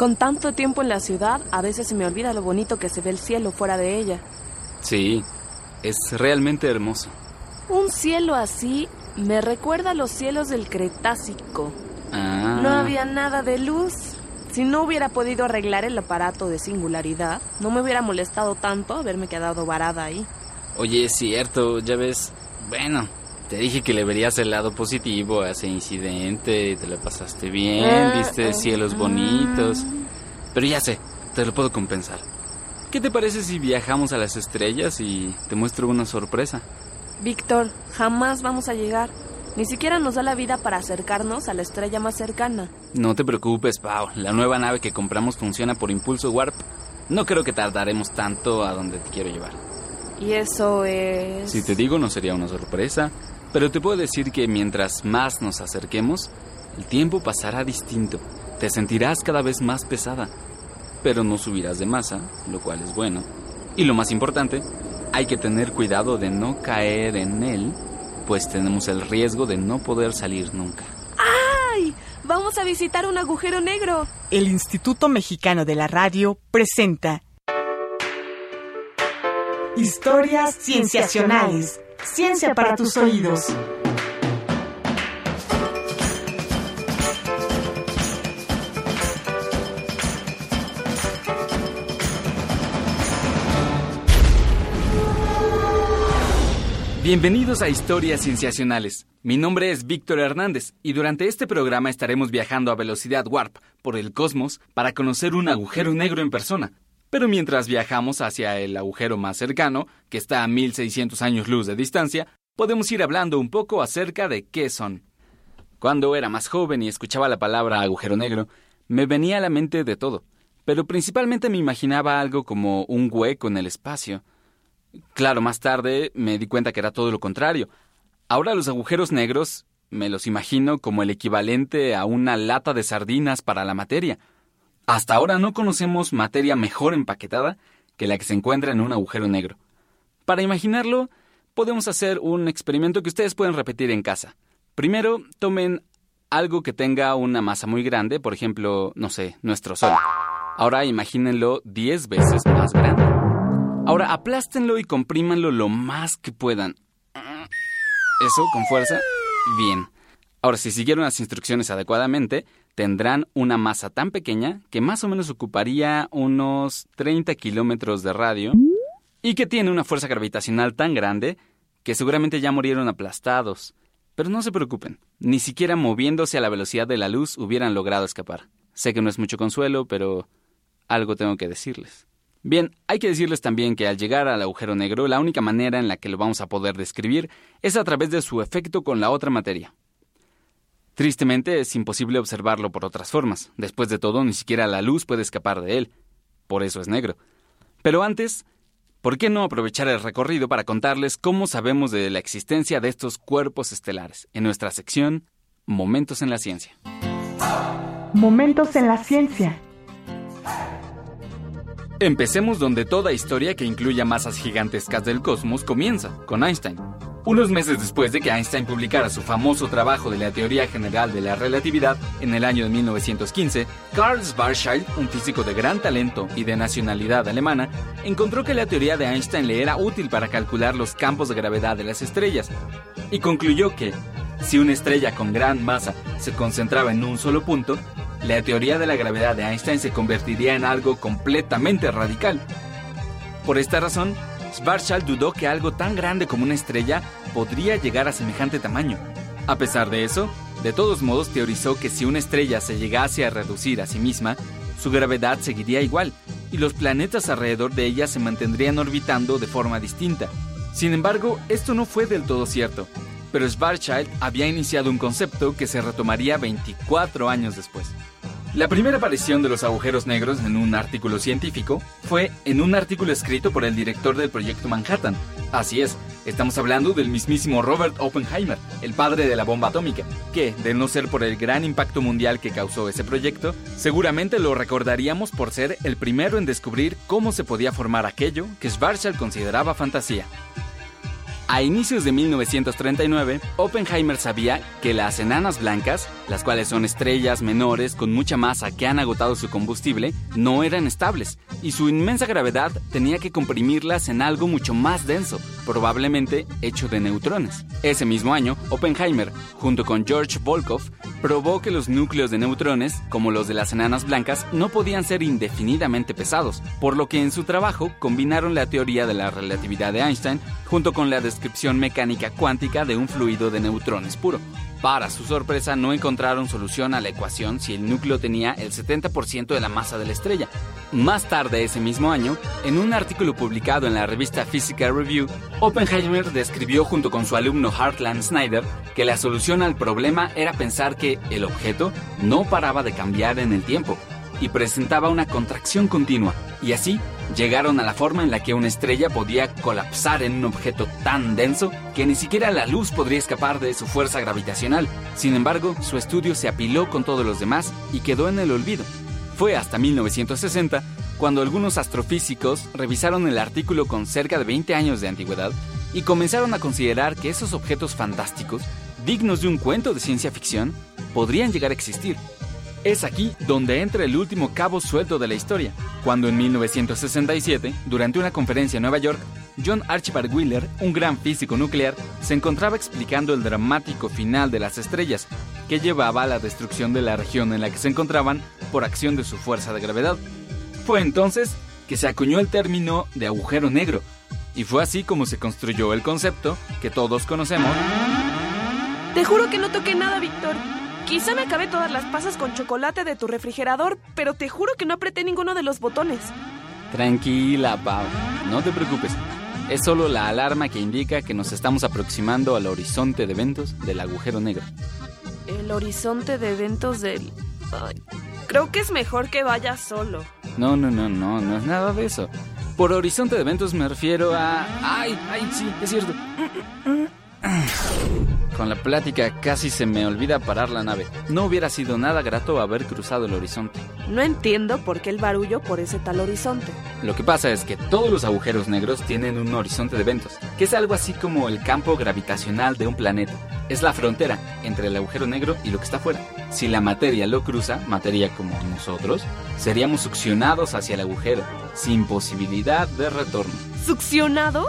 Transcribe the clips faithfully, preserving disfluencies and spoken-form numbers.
Con tanto tiempo en la ciudad, a veces se me olvida lo bonito que se ve el cielo fuera de ella. Sí, es realmente hermoso. Un cielo así me recuerda a los cielos del Cretácico. Ah. No había nada de luz. Si no hubiera podido arreglar el aparato de singularidad, no me hubiera molestado tanto haberme quedado varada ahí. Oye, es cierto, ya ves. Bueno, te dije que le verías el lado positivo a ese incidente. Te lo pasaste bien, Ah, viste ah, cielos ah. bonitos. Pero ya sé, te lo puedo compensar. ¿Qué te parece si viajamos a las estrellas y te muestro una sorpresa? Víctor, jamás vamos a llegar. Ni siquiera nos da la vida para acercarnos a la estrella más cercana. No te preocupes, Pau. La nueva nave que compramos funciona por impulso warp. No creo que tardaremos tanto a donde te quiero llevar. Y eso es... Si te digo, no sería una sorpresa, pero te puedo decir que mientras más nos acerquemos, el tiempo pasará distinto. Te sentirás cada vez más pesada, pero no subirás de masa, lo cual es bueno. Y lo más importante, hay que tener cuidado de no caer en él, pues tenemos el riesgo de no poder salir nunca. ¡Ay! ¡Vamos a visitar un agujero negro! El Instituto Mexicano de la Radio presenta Historias Cienciacionales. Ciencia para tus oídos. Bienvenidos a Historias Cienciacionales. Mi nombre es Víctor Hernández y durante este programa estaremos viajando a velocidad warp por el cosmos para conocer un agujero negro en persona. Pero mientras viajamos hacia el agujero más cercano, que está a mil seiscientos años luz de distancia, podemos ir hablando un poco acerca de qué son. Cuando era más joven y escuchaba la palabra agujero negro, me venía a la mente de todo, pero principalmente me imaginaba algo como un hueco en el espacio. Claro, más tarde me di cuenta que era todo lo contrario. Ahora los agujeros negros me los imagino como el equivalente a una lata de sardinas para la materia. Hasta ahora no conocemos materia mejor empaquetada que la que se encuentra en un agujero negro. Para imaginarlo, podemos hacer un experimento que ustedes pueden repetir en casa. Primero, tomen algo que tenga una masa muy grande, por ejemplo, no sé, nuestro Sol. Ahora imagínenlo diez veces más grande. Ahora aplástenlo y comprímanlo lo más que puedan. Eso, con fuerza. Bien. Ahora, si siguieron las instrucciones adecuadamente, tendrán una masa tan pequeña que más o menos ocuparía unos treinta kilómetros de radio y que tiene una fuerza gravitacional tan grande que seguramente ya murieron aplastados. Pero no se preocupen, ni siquiera moviéndose a la velocidad de la luz hubieran logrado escapar. Sé que no es mucho consuelo, pero algo tengo que decirles. Bien, hay que decirles también que al llegar al agujero negro, la única manera en la que lo vamos a poder describir es a través de su efecto con la otra materia. Tristemente, es imposible observarlo por otras formas. Después de todo, ni siquiera la luz puede escapar de él. Por eso es negro. Pero antes, ¿por qué no aprovechar el recorrido para contarles cómo sabemos de la existencia de estos cuerpos estelares en nuestra sección Momentos en la Ciencia? Momentos en la Ciencia. Empecemos donde toda historia que incluya masas gigantescas del cosmos comienza, con Einstein. Unos meses después de que Einstein publicara su famoso trabajo de la teoría general de la relatividad en el año de mil novecientos quince, Carl Schwarzschild, un físico de gran talento y de nacionalidad alemana, encontró que la teoría de Einstein le era útil para calcular los campos de gravedad de las estrellas, y concluyó que, si una estrella con gran masa se concentraba en un solo punto, la teoría de la gravedad de Einstein se convertiría en algo completamente radical. Por esta razón, Schwarzschild dudó que algo tan grande como una estrella podría llegar a semejante tamaño. A pesar de eso, de todos modos teorizó que si una estrella se llegase a reducir a sí misma, su gravedad seguiría igual, y los planetas alrededor de ella se mantendrían orbitando de forma distinta. Sin embargo, esto no fue del todo cierto, pero Schwarzschild había iniciado un concepto que se retomaría veinticuatro años después. La primera aparición de los agujeros negros en un artículo científico fue en un artículo escrito por el director del Proyecto Manhattan. Así es, estamos hablando del mismísimo Robert Oppenheimer, el padre de la bomba atómica, que, de no ser por el gran impacto mundial que causó ese proyecto, seguramente lo recordaríamos por ser el primero en descubrir cómo se podía formar aquello que Schwarzschild consideraba fantasía. A inicios de mil novecientos treinta y nueve, Oppenheimer sabía que las enanas blancas las cuales son estrellas menores con mucha masa que han agotado su combustible, no eran estables, y su inmensa gravedad tenía que comprimirlas en algo mucho más denso, probablemente hecho de neutrones. Ese mismo año, Oppenheimer, junto con George Volkov, probó que los núcleos de neutrones, como los de las enanas blancas, no podían ser indefinidamente pesados, por lo que en su trabajo combinaron la teoría de la relatividad de Einstein junto con la descripción mecánica cuántica de un fluido de neutrones puro. Para su sorpresa, no encontraron solución a la ecuación si el núcleo tenía el setenta por ciento de la masa de la estrella. Más tarde ese mismo año, en un artículo publicado en la revista Physical Review, Oppenheimer describió junto con su alumno Hartland Snyder que la solución al problema era pensar que el objeto no paraba de cambiar en el tiempo y presentaba una contracción continua, y así llegaron a la forma en la que una estrella podía colapsar en un objeto tan denso que ni siquiera la luz podría escapar de su fuerza gravitacional. Sin embargo, su estudio se apiló con todos los demás y quedó en el olvido. Fue hasta mil novecientos sesenta cuando algunos astrofísicos revisaron el artículo con cerca de veinte años de antigüedad y comenzaron a considerar que esos objetos fantásticos, dignos de un cuento de ciencia ficción, podrían llegar a existir. Es aquí donde entra el último cabo suelto de la historia, cuando en mil novecientos sesenta y siete, durante una conferencia en Nueva York, John Archibald Wheeler, un gran físico nuclear, se encontraba explicando el dramático final de las estrellas, que llevaba a la destrucción de la región en la que se encontraban por acción de su fuerza de gravedad. Fue entonces que se acuñó el término de agujero negro, y fue así como se construyó el concepto que todos conocemos. Te juro que no toqué nada, Víctor. Quizá me acabé todas las pasas con chocolate de tu refrigerador, pero te juro que no apreté ninguno de los botones. Tranquila, Pau, no te preocupes. Es solo la alarma que indica que nos estamos aproximando al horizonte de eventos del agujero negro. El horizonte de eventos del... Ay, creo que es mejor que vayas solo. No, no, no, no, no es nada de eso. Por horizonte de eventos me refiero a... Ay, ay, sí, es cierto. Con la plática casi se me olvida parar la nave. No hubiera sido nada grato haber cruzado el horizonte. No entiendo por qué el barullo por ese tal horizonte. Lo que pasa es que todos los agujeros negros tienen un horizonte de eventos, que es algo así como el campo gravitacional de un planeta. Es la frontera entre el agujero negro y lo que está afuera. Si la materia lo cruza, materia como nosotros, seríamos succionados hacia el agujero, sin posibilidad de retorno. ¿Succionados?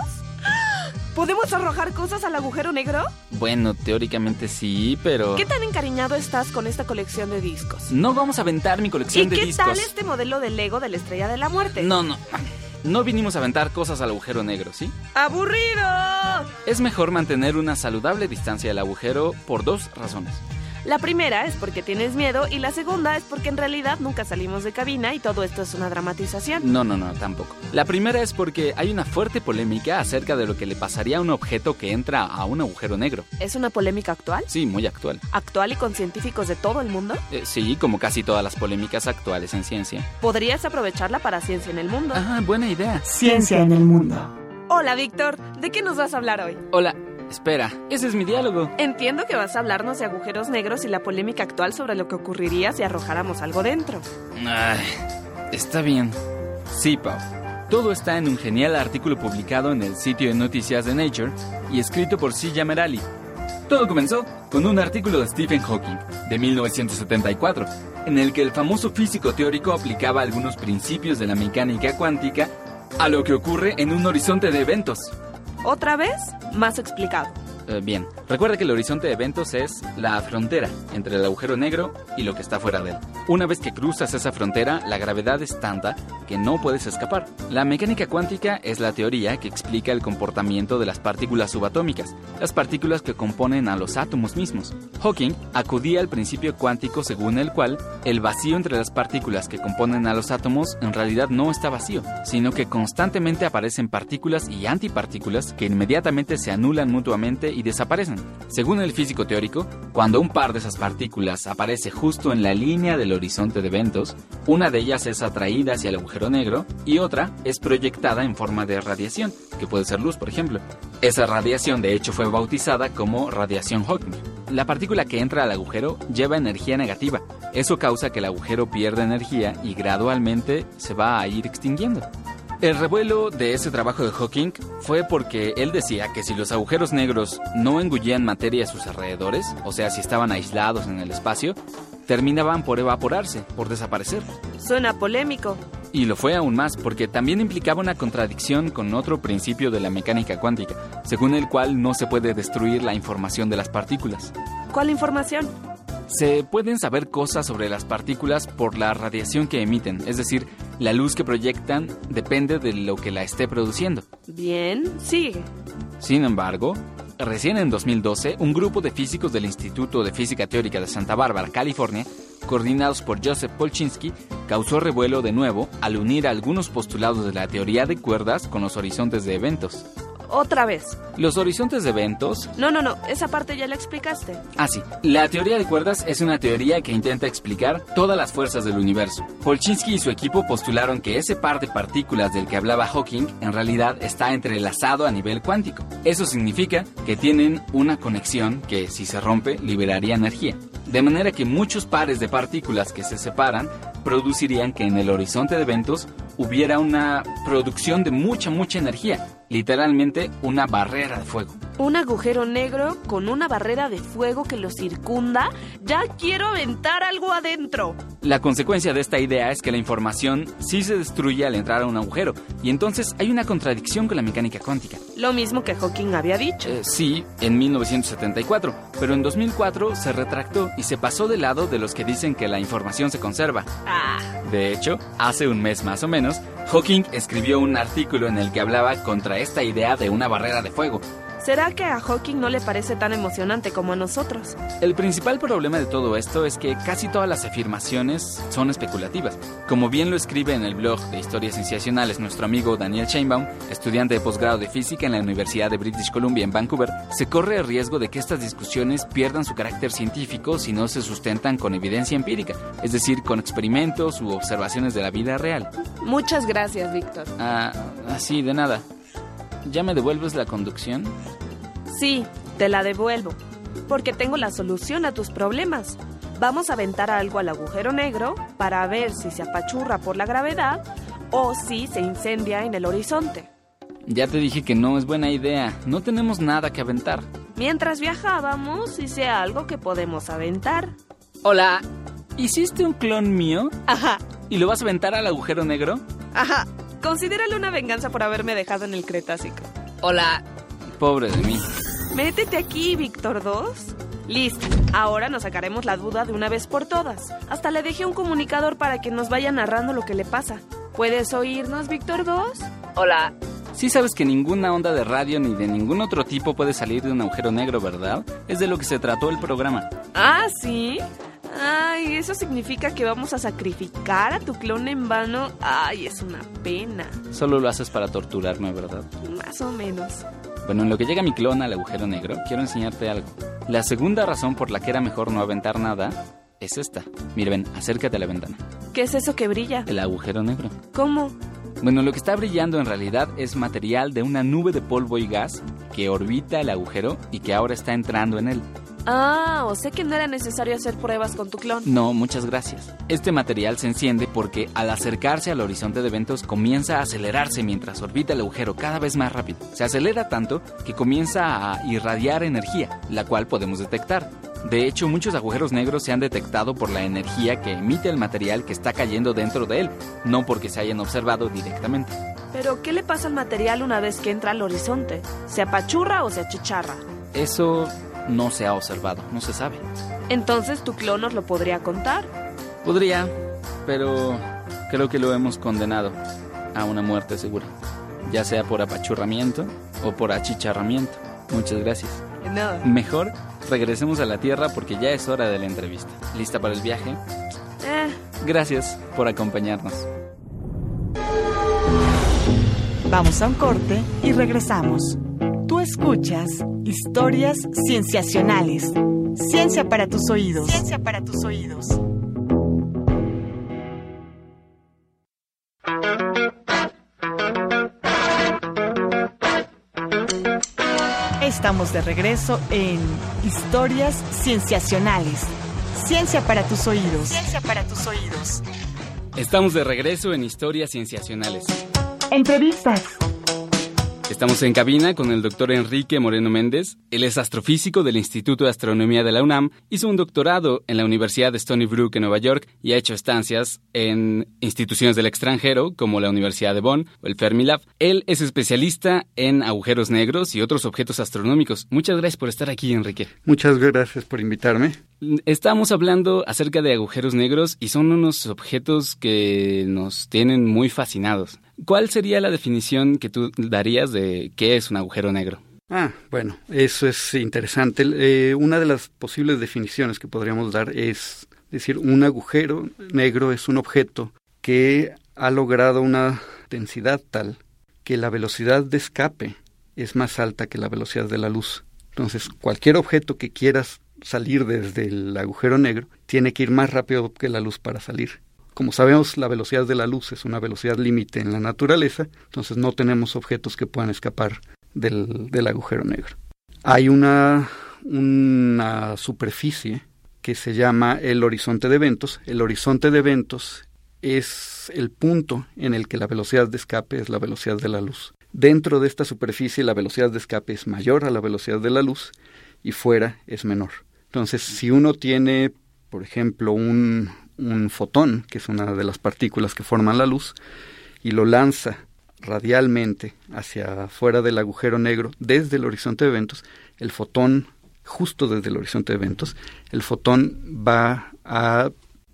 ¿Podemos arrojar cosas al agujero negro? Bueno, teóricamente sí, pero... ¿Qué tan encariñado estás con esta colección de discos? No vamos a aventar mi colección de discos. ¿Y qué discos. tal este modelo de Lego de la Estrella de la Muerte? No, no. No vinimos a aventar cosas al agujero negro, ¿sí? ¡Aburrido! Es mejor mantener una saludable distancia del agujero por dos razones. La primera es porque tienes miedo y la segunda es porque en realidad nunca salimos de cabina y todo esto es una dramatización. No, no, no, tampoco. La primera es porque hay una fuerte polémica acerca de lo que le pasaría a un objeto que entra a un agujero negro. ¿Es una polémica actual? Sí, muy actual. ¿Actual y con científicos de todo el mundo? Eh, sí, como casi todas las polémicas actuales en ciencia. ¿Podrías aprovecharla para Ciencia en el Mundo? Ah, buena idea. Ciencia en el Mundo. Hola, Víctor. ¿De qué nos vas a hablar hoy? Hola. Espera, ese es mi diálogo. Entiendo que vas a hablarnos de agujeros negros y la polémica actual sobre lo que ocurriría si arrojáramos algo dentro. Ay, está bien. Sí, Pau. Todo está en un genial artículo publicado en el sitio de noticias de Nature y escrito por Sija Merali. Todo comenzó con un artículo de Stephen Hawking, de mil novecientos setenta y cuatro, en el que el famoso físico teórico aplicaba algunos principios de la mecánica cuántica a lo que ocurre en un horizonte de eventos. ¿Otra vez? Más explicado. Eh, bien, recuerda que el horizonte de eventos es la frontera entre el agujero negro y lo que está fuera de él. Una vez que cruzas esa frontera, la gravedad es tanta que no puedes escapar. La mecánica cuántica es la teoría que explica el comportamiento de las partículas subatómicas, las partículas que componen a los átomos mismos. Hawking acudía al principio cuántico según el cual el vacío entre las partículas que componen a los átomos en realidad no está vacío, sino que constantemente aparecen partículas y antipartículas que inmediatamente se anulan mutuamente y desaparecen. Según el físico teórico, cuando un par de esas partículas aparece justo en la línea del horizonte de eventos, una de ellas es atraída hacia el agujero negro y otra es proyectada en forma de radiación, que puede ser luz, por ejemplo. Esa radiación de hecho fue bautizada como radiación Hawking. La partícula que entra al agujero lleva energía negativa. Eso causa que el agujero pierda energía y gradualmente se va a ir extinguiendo. El revuelo de ese trabajo de Hawking fue porque él decía que si los agujeros negros no engullían materia a sus alrededores, o sea, si estaban aislados en el espacio, terminaban por evaporarse, por desaparecer. Suena polémico. Y lo fue aún más, porque también implicaba una contradicción con otro principio de la mecánica cuántica, según el cual no se puede destruir la información de las partículas. ¿Cuál información? Se pueden saber cosas sobre las partículas por la radiación que emiten, es decir, la luz que proyectan depende de lo que la esté produciendo. Bien, sigue. Sin embargo, recién en dos mil doce, un grupo de físicos del Instituto de Física Teórica de Santa Bárbara, California, coordinados por Joseph Polchinski, causó revuelo de nuevo al unir algunos postulados de la teoría de cuerdas con los horizontes de eventos. Otra vez. Los horizontes de eventos... No, no, no, esa parte ya la explicaste. Ah, sí. La teoría de cuerdas es una teoría que intenta explicar todas las fuerzas del universo. Polchinski y su equipo postularon que ese par de partículas del que hablaba Hawking en realidad está entrelazado a nivel cuántico. Eso significa que tienen una conexión que, si se rompe, liberaría energía. De manera que muchos pares de partículas que se separan producirían que en el horizonte de eventos hubiera una producción de mucha, mucha energía. Literalmente una barrera de fuego. ¿Un agujero negro con una barrera de fuego que lo circunda? ¡Ya quiero aventar algo adentro! La consecuencia de esta idea es que la información sí se destruye al entrar a un agujero, y entonces hay una contradicción con la mecánica cuántica. Lo mismo que Hawking había dicho. Eh, sí, en mil novecientos setenta y cuatro, pero en dos mil cuatro se retractó y se pasó del lado de los que dicen que la información se conserva. Ah. De hecho, hace un mes más o menos, Hawking escribió un artículo en el que hablaba contra esta idea de una barrera de fuego. ¿Será que a Hawking no le parece tan emocionante como a nosotros? El principal problema de todo esto es que casi todas las afirmaciones son especulativas. Como bien lo escribe en el blog de Historias Cienciacionales nuestro amigo Daniel Sheinbaum, estudiante de posgrado de física en la Universidad de British Columbia en Vancouver, se corre el riesgo de que estas discusiones pierdan su carácter científico si no se sustentan con evidencia empírica, es decir, con experimentos u observaciones de la vida real. Muchas gracias, Víctor. Ah, así, de nada. ¿Ya me devuelves la conducción? Sí, te la devuelvo, porque tengo la solución a tus problemas. Vamos a aventar algo al agujero negro para ver si se apachurra por la gravedad o si se incendia en el horizonte. Ya te dije que no es buena idea. No tenemos nada que aventar. Mientras viajábamos, hice algo que podemos aventar. Hola, ¿hiciste un clon mío? Ajá. ¿Y lo vas a aventar al agujero negro? Ajá. Considéralo una venganza por haberme dejado en el Cretácico. Hola. Pobre de mí. Métete aquí, Víctor dos. Listo. Ahora nos sacaremos la duda de una vez por todas. Hasta le dejé un comunicador para que nos vaya narrando lo que le pasa. ¿Puedes oírnos, Víctor dos? Hola. Sí sabes que ninguna onda de radio ni de ningún otro tipo puede salir de un agujero negro, ¿verdad? Es de lo que se trató el programa. ¿Ah, sí? Ay, ¿eso significa que vamos a sacrificar a tu clon en vano? Ay, es una pena. Solo lo haces para torturarme, ¿verdad? Más o menos. Bueno, en lo que llega mi clon al agujero negro, quiero enseñarte algo. La segunda razón por la que era mejor no aventar nada es esta. Mira, ven, acércate a la ventana. ¿Qué es eso que brilla? El agujero negro. ¿Cómo? Bueno, lo que está brillando en realidad es material de una nube de polvo y gas que orbita el agujero y que ahora está entrando en él. Ah, o sea que no era necesario hacer pruebas con tu clon. No, muchas gracias. Este material se enciende porque al acercarse al horizonte de eventos comienza a acelerarse mientras orbita el agujero cada vez más rápido. Se acelera tanto que comienza a irradiar energía, la cual podemos detectar. De hecho, muchos agujeros negros se han detectado por la energía que emite el material que está cayendo dentro de él, no porque se hayan observado directamente. ¿Pero qué le pasa al material una vez que entra al horizonte? ¿Se apachurra o se achicharra? Eso no se ha observado, no se sabe. Entonces tu clon nos lo podría contar. Podría, pero creo que lo hemos condenado a una muerte segura, ya sea por apachurramiento o por achicharramiento. Muchas gracias. De nada. Mejor regresemos a la Tierra porque ya es hora de la entrevista. ¿Lista para el viaje? Eh. Gracias por acompañarnos. Vamos a un corte y regresamos. Tú escuchas Historias Cienciacionales. Ciencia para tus oídos. Ciencia para tus oídos. Estamos de regreso en Historias Cienciacionales. Ciencia para tus oídos. Ciencia para tus oídos. Estamos de regreso en Historias Cienciacionales. Entrevistas. Estamos en cabina con el doctor Enrique Moreno Méndez. Él es astrofísico del Instituto de Astronomía de la UNAM, hizo un doctorado en la Universidad de Stony Brook en Nueva York y ha hecho estancias en instituciones del extranjero como la Universidad de Bonn o el Fermilab. Él es especialista en agujeros negros y otros objetos astronómicos. Muchas gracias por estar aquí, Enrique. Muchas gracias por invitarme. Estamos hablando acerca de agujeros negros y son unos objetos que nos tienen muy fascinados. ¿Cuál sería la definición que tú darías de qué es un agujero negro? Ah, bueno, eso es interesante. Eh, una de las posibles definiciones que podríamos dar es decir, un agujero negro es un objeto que ha logrado una densidad tal que la velocidad de escape es más alta que la velocidad de la luz. Entonces, cualquier objeto que quieras salir desde el agujero negro tiene que ir más rápido que la luz para salir. Como sabemos, la velocidad de la luz es una velocidad límite en la naturaleza, entonces no tenemos objetos que puedan escapar del, del agujero negro. Hay una, una superficie que se llama el horizonte de eventos. El horizonte de eventos es el punto en el que la velocidad de escape es la velocidad de la luz. Dentro de esta superficie la velocidad de escape es mayor a la velocidad de la luz y fuera es menor. Entonces, si uno tiene, por ejemplo, un... un fotón, que es una de las partículas que forman la luz, y lo lanza radialmente hacia afuera del agujero negro desde el horizonte de eventos, el fotón, justo desde el horizonte de eventos, el fotón va a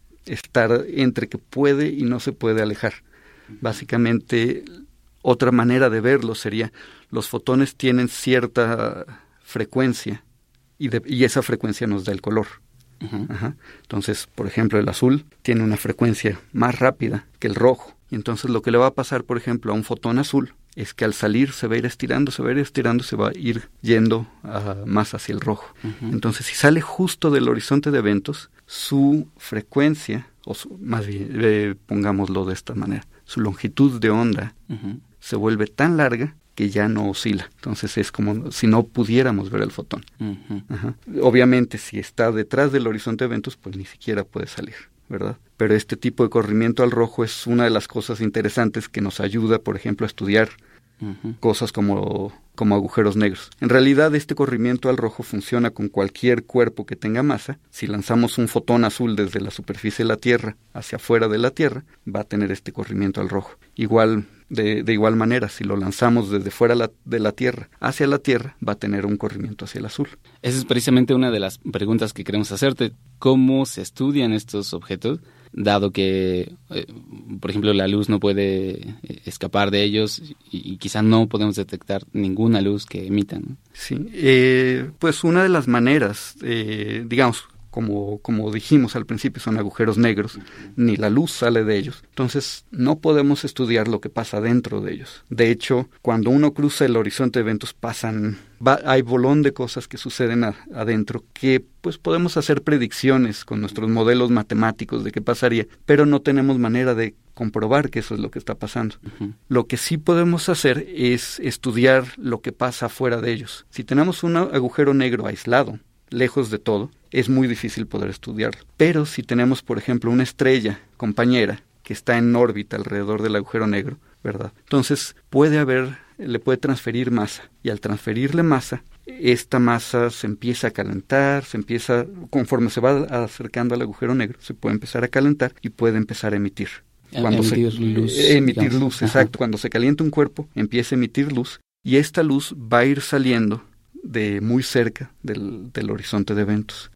estar entre que puede y no se puede alejar. Básicamente, otra manera de verlo sería, los fotones tienen cierta frecuencia y, de, y esa frecuencia nos da el color. Uh-huh. Ajá. Entonces, por ejemplo, el azul tiene una frecuencia más rápida que el rojo. Y entonces lo que le va a pasar, por ejemplo, a un fotón azul es que al salir se va a ir estirando, se va a ir estirando, se va a ir yendo uh, más hacia el rojo. Uh-huh. Entonces, si sale justo del horizonte de eventos, su frecuencia, o su, más bien, eh, pongámoslo de esta manera, su longitud de onda uh-huh. se vuelve tan larga que ya no oscila. Entonces es como si no pudiéramos ver el fotón. Uh-huh. Ajá. Obviamente, si está detrás del horizonte de eventos, pues ni siquiera puede salir, ¿verdad? Pero este tipo de corrimiento al rojo es una de las cosas interesantes que nos ayuda, por ejemplo, a estudiar uh-huh. cosas como, como agujeros negros. En realidad, este corrimiento al rojo funciona con cualquier cuerpo que tenga masa. Si lanzamos un fotón azul desde la superficie de la Tierra hacia afuera de la Tierra, va a tener este corrimiento al rojo. Igual, de, de igual manera, si lo lanzamos desde fuera la, de la Tierra hacia la Tierra, va a tener un corrimiento hacia el azul. Esa es precisamente una de las preguntas que queremos hacerte. ¿Cómo se estudian estos objetos? Dado que, eh, por ejemplo, la luz no puede escapar de ellos y, y quizá no podemos detectar ninguna luz que emitan, ¿no? Sí, eh, pues una de las maneras, eh, digamos, como, como dijimos al principio, son agujeros negros, ni la luz sale de ellos. Entonces, no podemos estudiar lo que pasa dentro de ellos. De hecho, cuando uno cruza el horizonte de eventos, pasan, va, hay bolón de cosas que suceden a, adentro que pues podemos hacer predicciones con nuestros modelos matemáticos de qué pasaría, pero no tenemos manera de comprobar que eso es lo que está pasando. Uh-huh. Lo que sí podemos hacer es estudiar lo que pasa afuera de ellos. Si tenemos un agujero negro aislado, lejos de todo, es muy difícil poder estudiarlo. Pero si tenemos, por ejemplo, una estrella compañera que está en órbita alrededor del agujero negro, ¿verdad? Entonces puede haber, le puede transferir masa, y al transferirle masa, esta masa se empieza a calentar, se empieza, conforme se va acercando al agujero negro, se puede empezar a calentar y puede empezar a emitir. Cuando emitir se, luz. Eh, emitir digamos. luz, exacto. Ajá. Cuando se calienta un cuerpo, empieza a emitir luz, y esta luz va a ir saliendo de muy cerca del, del horizonte de eventos.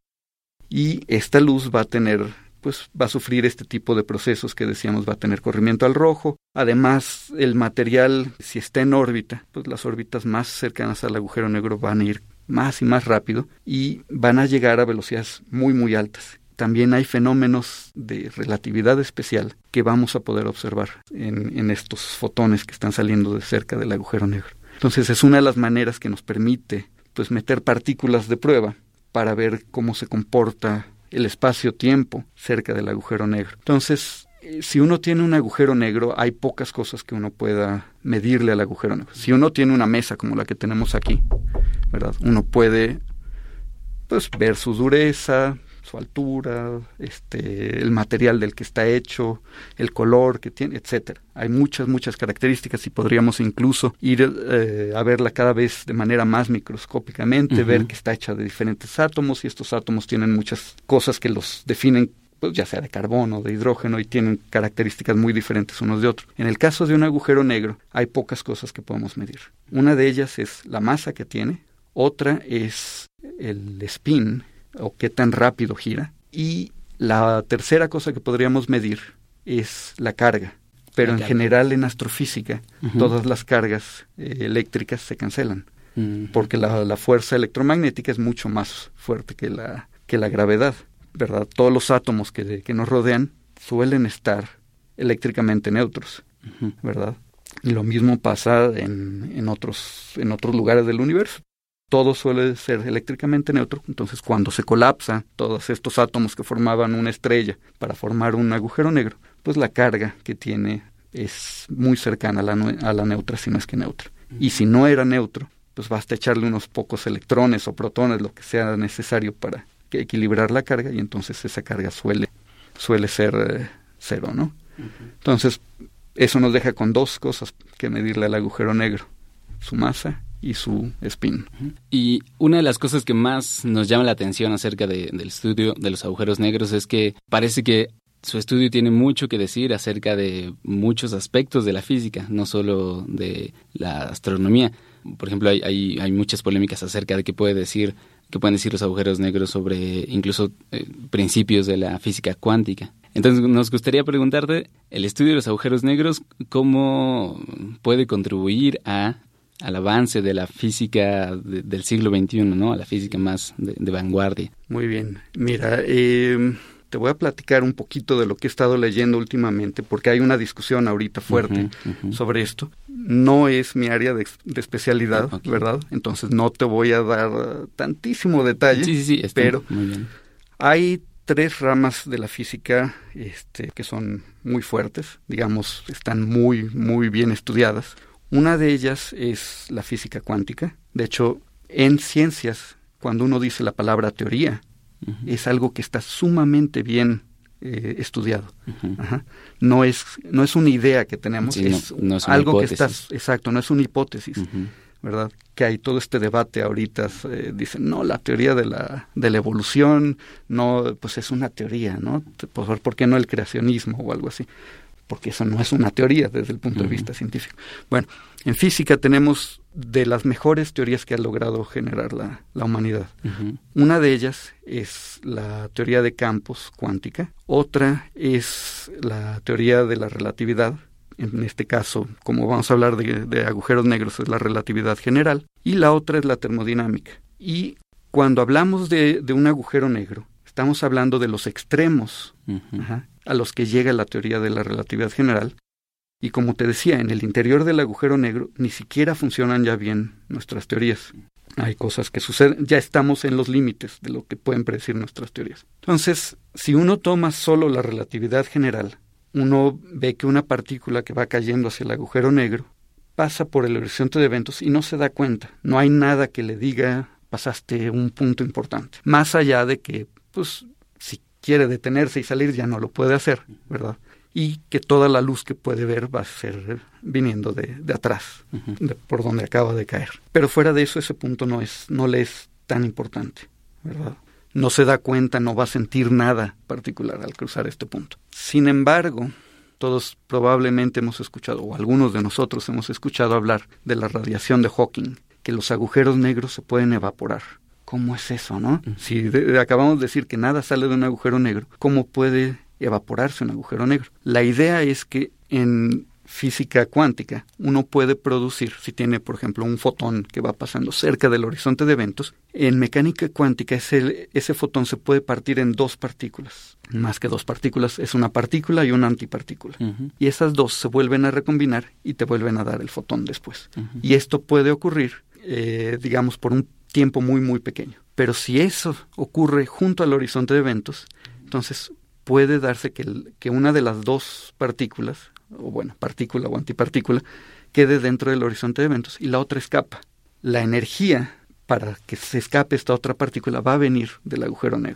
Y esta luz va a tener, pues va a sufrir este tipo de procesos que decíamos, va a tener corrimiento al rojo. Además, el material, si está en órbita, pues las órbitas más cercanas al agujero negro van a ir más y más rápido y van a llegar a velocidades muy, muy altas. También hay fenómenos de relatividad especial que vamos a poder observar en, en estos fotones que están saliendo de cerca del agujero negro. Entonces, es una de las maneras que nos permite pues meter partículas de prueba para ver cómo se comporta el espacio-tiempo cerca del agujero negro. Entonces, eh, si uno tiene un agujero negro, hay pocas cosas que uno pueda medirle al agujero negro. Si uno tiene una mesa como la que tenemos aquí, ¿verdad? Uno puede pues ver su dureza, su altura, este, el material del que está hecho, el color que tiene, etcétera. Hay muchas, muchas características y podríamos incluso ir eh, a verla cada vez de manera más microscópicamente, uh-huh. ver que está hecha de diferentes átomos y estos átomos tienen muchas cosas que los definen, pues ya sea de carbono, de hidrógeno, y tienen características muy diferentes unos de otros. En el caso de un agujero negro hay pocas cosas que podemos medir. Una de ellas es la masa que tiene, otra es el spin, o qué tan rápido gira, y la tercera cosa que podríamos medir es la carga. Pero en general en astrofísica uh-huh. todas las cargas eh, eléctricas se cancelan, uh-huh. porque la, la fuerza electromagnética es mucho más fuerte que la, que la gravedad, ¿verdad? Todos los átomos que, que nos rodean suelen estar eléctricamente neutros, uh-huh. ¿verdad? Y lo mismo pasa en, en, otros, en otros lugares del universo. Todo suele ser eléctricamente neutro, entonces cuando se colapsa todos estos átomos que formaban una estrella para formar un agujero negro, pues la carga que tiene es muy cercana a la, a la neutra, si no es que neutra. Uh-huh. Y si no era neutro, pues basta echarle unos pocos electrones o protones, lo que sea necesario para que equilibrar la carga, y entonces esa carga suele, suele ser eh, cero, ¿no? Uh-huh. Entonces, eso nos deja con dos cosas que medirle al agujero negro: su masa y su spin. Y una de las cosas que más nos llama la atención acerca de, del estudio de los agujeros negros es que parece que su estudio tiene mucho que decir acerca de muchos aspectos de la física, no solo de la astronomía. Por ejemplo, hay, hay, hay muchas polémicas acerca de qué puede decir, qué pueden decir los agujeros negros sobre incluso eh, principios de la física cuántica. Entonces, nos gustaría preguntarte, el estudio de los agujeros negros, ¿cómo puede contribuir a al avance de la física de, del siglo veintiuno, ¿no? A la física más de, de vanguardia? Muy bien. Mira, eh, te voy a platicar un poquito de lo que he estado leyendo últimamente, porque hay una discusión ahorita fuerte uh-huh, uh-huh. sobre esto. No es mi área de, de especialidad, okay. ¿verdad? Entonces no te voy a dar uh, tantísimo detalle, sí, sí, sí, está pero muy bien. Hay tres ramas de la física este, que son muy fuertes, digamos, están muy, muy bien estudiadas. Una de ellas es la física cuántica. De hecho, en ciencias, cuando uno dice la palabra teoría, uh-huh. es algo que está sumamente bien eh, estudiado. Uh-huh. Ajá. No es no es una idea que tenemos, sí, es, no, no es algo hipótesis. que está exacto, no es una hipótesis, uh-huh. ¿verdad? Que hay todo este debate ahorita, eh, dicen, no, la teoría de la de la evolución, no, pues es una teoría, ¿no? Pues, ¿por qué no el creacionismo o algo así? Porque eso no es una teoría desde el punto uh-huh. de vista científico. Bueno, en física tenemos de las mejores teorías que ha logrado generar la, la humanidad. Uh-huh. Una de ellas es la teoría de campos cuántica, otra es la teoría de la relatividad, en este caso, como vamos a hablar de, de agujeros negros, es la relatividad general, y la otra es la termodinámica. Y cuando hablamos de, de un agujero negro, estamos hablando de los extremos, uh-huh. ajá, a los que llega la teoría de la relatividad general, y como te decía, en el interior del agujero negro ni siquiera funcionan ya bien nuestras teorías. Hay cosas que suceden, ya estamos en los límites de lo que pueden predecir nuestras teorías. Entonces, si uno toma solo la relatividad general, uno ve que una partícula que va cayendo hacia el agujero negro pasa por el horizonte de eventos y no se da cuenta. No hay nada que le diga, pasaste un punto importante. Más allá de que, pues, si quiere detenerse y salir, ya no lo puede hacer, ¿verdad? Y que toda la luz que puede ver va a ser viniendo de, de atrás, uh-huh. de, por donde acaba de caer. Pero fuera de eso, ese punto no es, no le es tan importante, ¿verdad? No se da cuenta, no va a sentir nada particular al cruzar este punto. Sin embargo, todos probablemente hemos escuchado, o algunos de nosotros hemos escuchado hablar de la radiación de Hawking, que los agujeros negros se pueden evaporar. ¿Cómo es eso, no? Uh-huh. Si de, de, acabamos de decir que nada sale de un agujero negro, ¿cómo puede evaporarse un agujero negro? La idea es que en física cuántica uno puede producir, si tiene, por ejemplo, un fotón que va pasando cerca del horizonte de eventos, en mecánica cuántica ese, ese fotón se puede partir en dos partículas. Más que dos partículas, es una partícula y una antipartícula. Uh-huh. Y esas dos se vuelven a recombinar y te vuelven a dar el fotón después. Uh-huh. Y esto puede ocurrir, eh, digamos, por un tiempo muy, muy pequeño. Pero si eso ocurre junto al horizonte de eventos, entonces puede darse que, el, que una de las dos partículas, o bueno, partícula o antipartícula, quede dentro del horizonte de eventos y la otra escapa. La energía para que se escape esta otra partícula va a venir del agujero negro.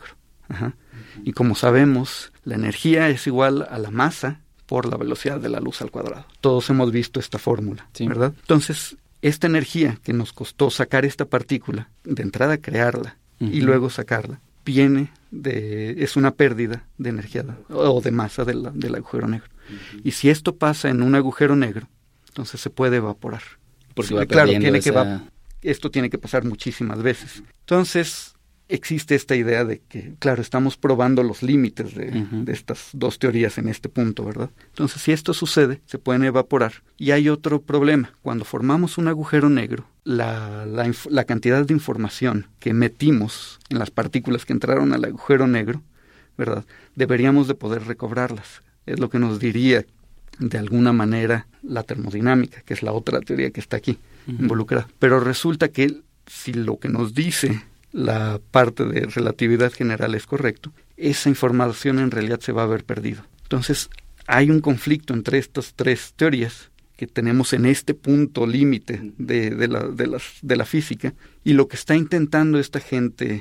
Ajá. Y como sabemos, la energía es igual a la masa por la velocidad de la luz al cuadrado. Todos hemos visto esta fórmula, sí. ¿verdad? Entonces, esta energía que nos costó sacar esta partícula, de entrada crearla uh-huh. y luego sacarla, viene de, es una pérdida de energía o de masa de la, del agujero negro. Uh-huh. Y si esto pasa en un agujero negro, entonces se puede evaporar. Porque sí, va claro, tiene esa... que va, esto tiene que pasar muchísimas veces. Entonces, existe esta idea de que, claro, estamos probando los límites de, uh-huh. de estas dos teorías en este punto, ¿verdad? Entonces, si esto sucede, se pueden evaporar. Y hay otro problema. Cuando formamos un agujero negro, la, la, inf- la cantidad de información que metimos en las partículas que entraron al agujero negro, ¿verdad? Deberíamos de poder recobrarlas. Es lo que nos diría, de alguna manera, la termodinámica, que es la otra teoría que está aquí uh-huh. involucrada. Pero resulta que si lo que nos dice la parte de relatividad general es correcto, esa información en realidad se va a haber perdido. Entonces, hay un conflicto entre estas tres teorías que tenemos en este punto límite de, de, la, de, las, de la física, y lo que está intentando esta gente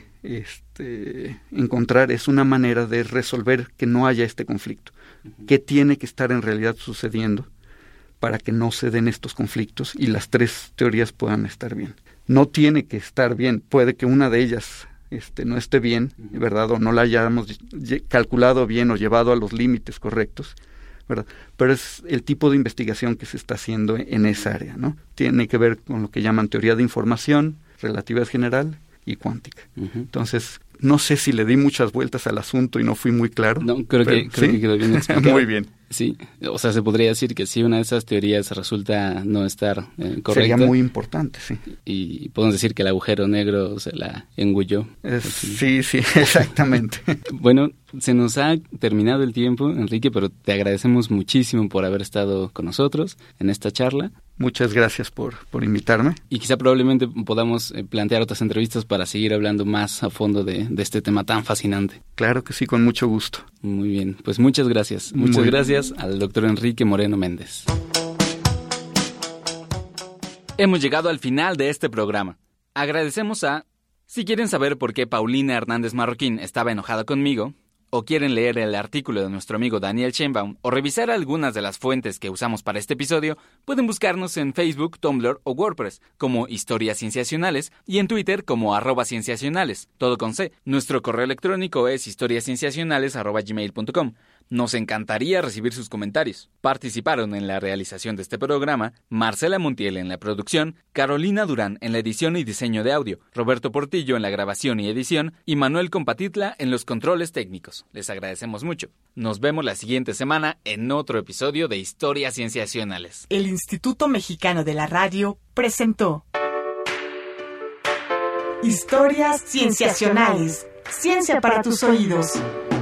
este, encontrar es una manera de resolver que no haya este conflicto. ¿Qué tiene que estar en realidad sucediendo para que no se den estos conflictos y las tres teorías puedan estar bien? No tiene que estar bien, puede que una de ellas este, no esté bien, ¿verdad? O no la hayamos calculado bien o llevado a los límites correctos, ¿verdad? Pero es el tipo de investigación que se está haciendo en esa área, ¿no? Tiene que ver con lo que llaman teoría de información, relatividad general y cuántica. Uh-huh. Entonces, no sé si le di muchas vueltas al asunto y no fui muy claro. No, creo, pero, que, creo ¿sí? que quedó bien explicado. Muy bien. Sí, o sea, se podría decir que si una de esas teorías resulta no estar eh, correcta. Sería muy importante, sí. Y podemos decir que el agujero negro se la engulló. Es, sí, sí, exactamente. Bueno, se nos ha terminado el tiempo, Enrique, pero te agradecemos muchísimo por haber estado con nosotros en esta charla. Muchas gracias por, por invitarme. Y quizá probablemente podamos eh, plantear otras entrevistas para seguir hablando más a fondo de, de este tema tan fascinante. Claro que sí, con mucho gusto. Muy bien, pues muchas gracias. Muchas Muy gracias bien. Al doctor Enrique Moreno Méndez. Hemos llegado al final de este programa. Agradecemos a... Si quieren saber por qué Paulina Hernández Marroquín estaba enojada conmigo, o quieren leer el artículo de nuestro amigo Daniel Sheinbaum o revisar algunas de las fuentes que usamos para este episodio, pueden buscarnos en Facebook, Tumblr o WordPress como Historias Cienciacionales y en Twitter como arroba cienciacionales, todo con C. Nuestro correo electrónico es historiascienciacionales arroba gmail punto com. Nos encantaría recibir sus comentarios. Participaron en la realización de este programa Marcela Montiel en la producción, Carolina Durán en la edición y diseño de audio, Roberto Portillo en la grabación y edición y Manuel Compatitla en los controles técnicos. Les agradecemos mucho. Nos vemos la siguiente semana en otro episodio de Historias Cienciacionales. El Instituto Mexicano de la Radio presentó Historias Cienciacionales. Ciencia para tus oídos.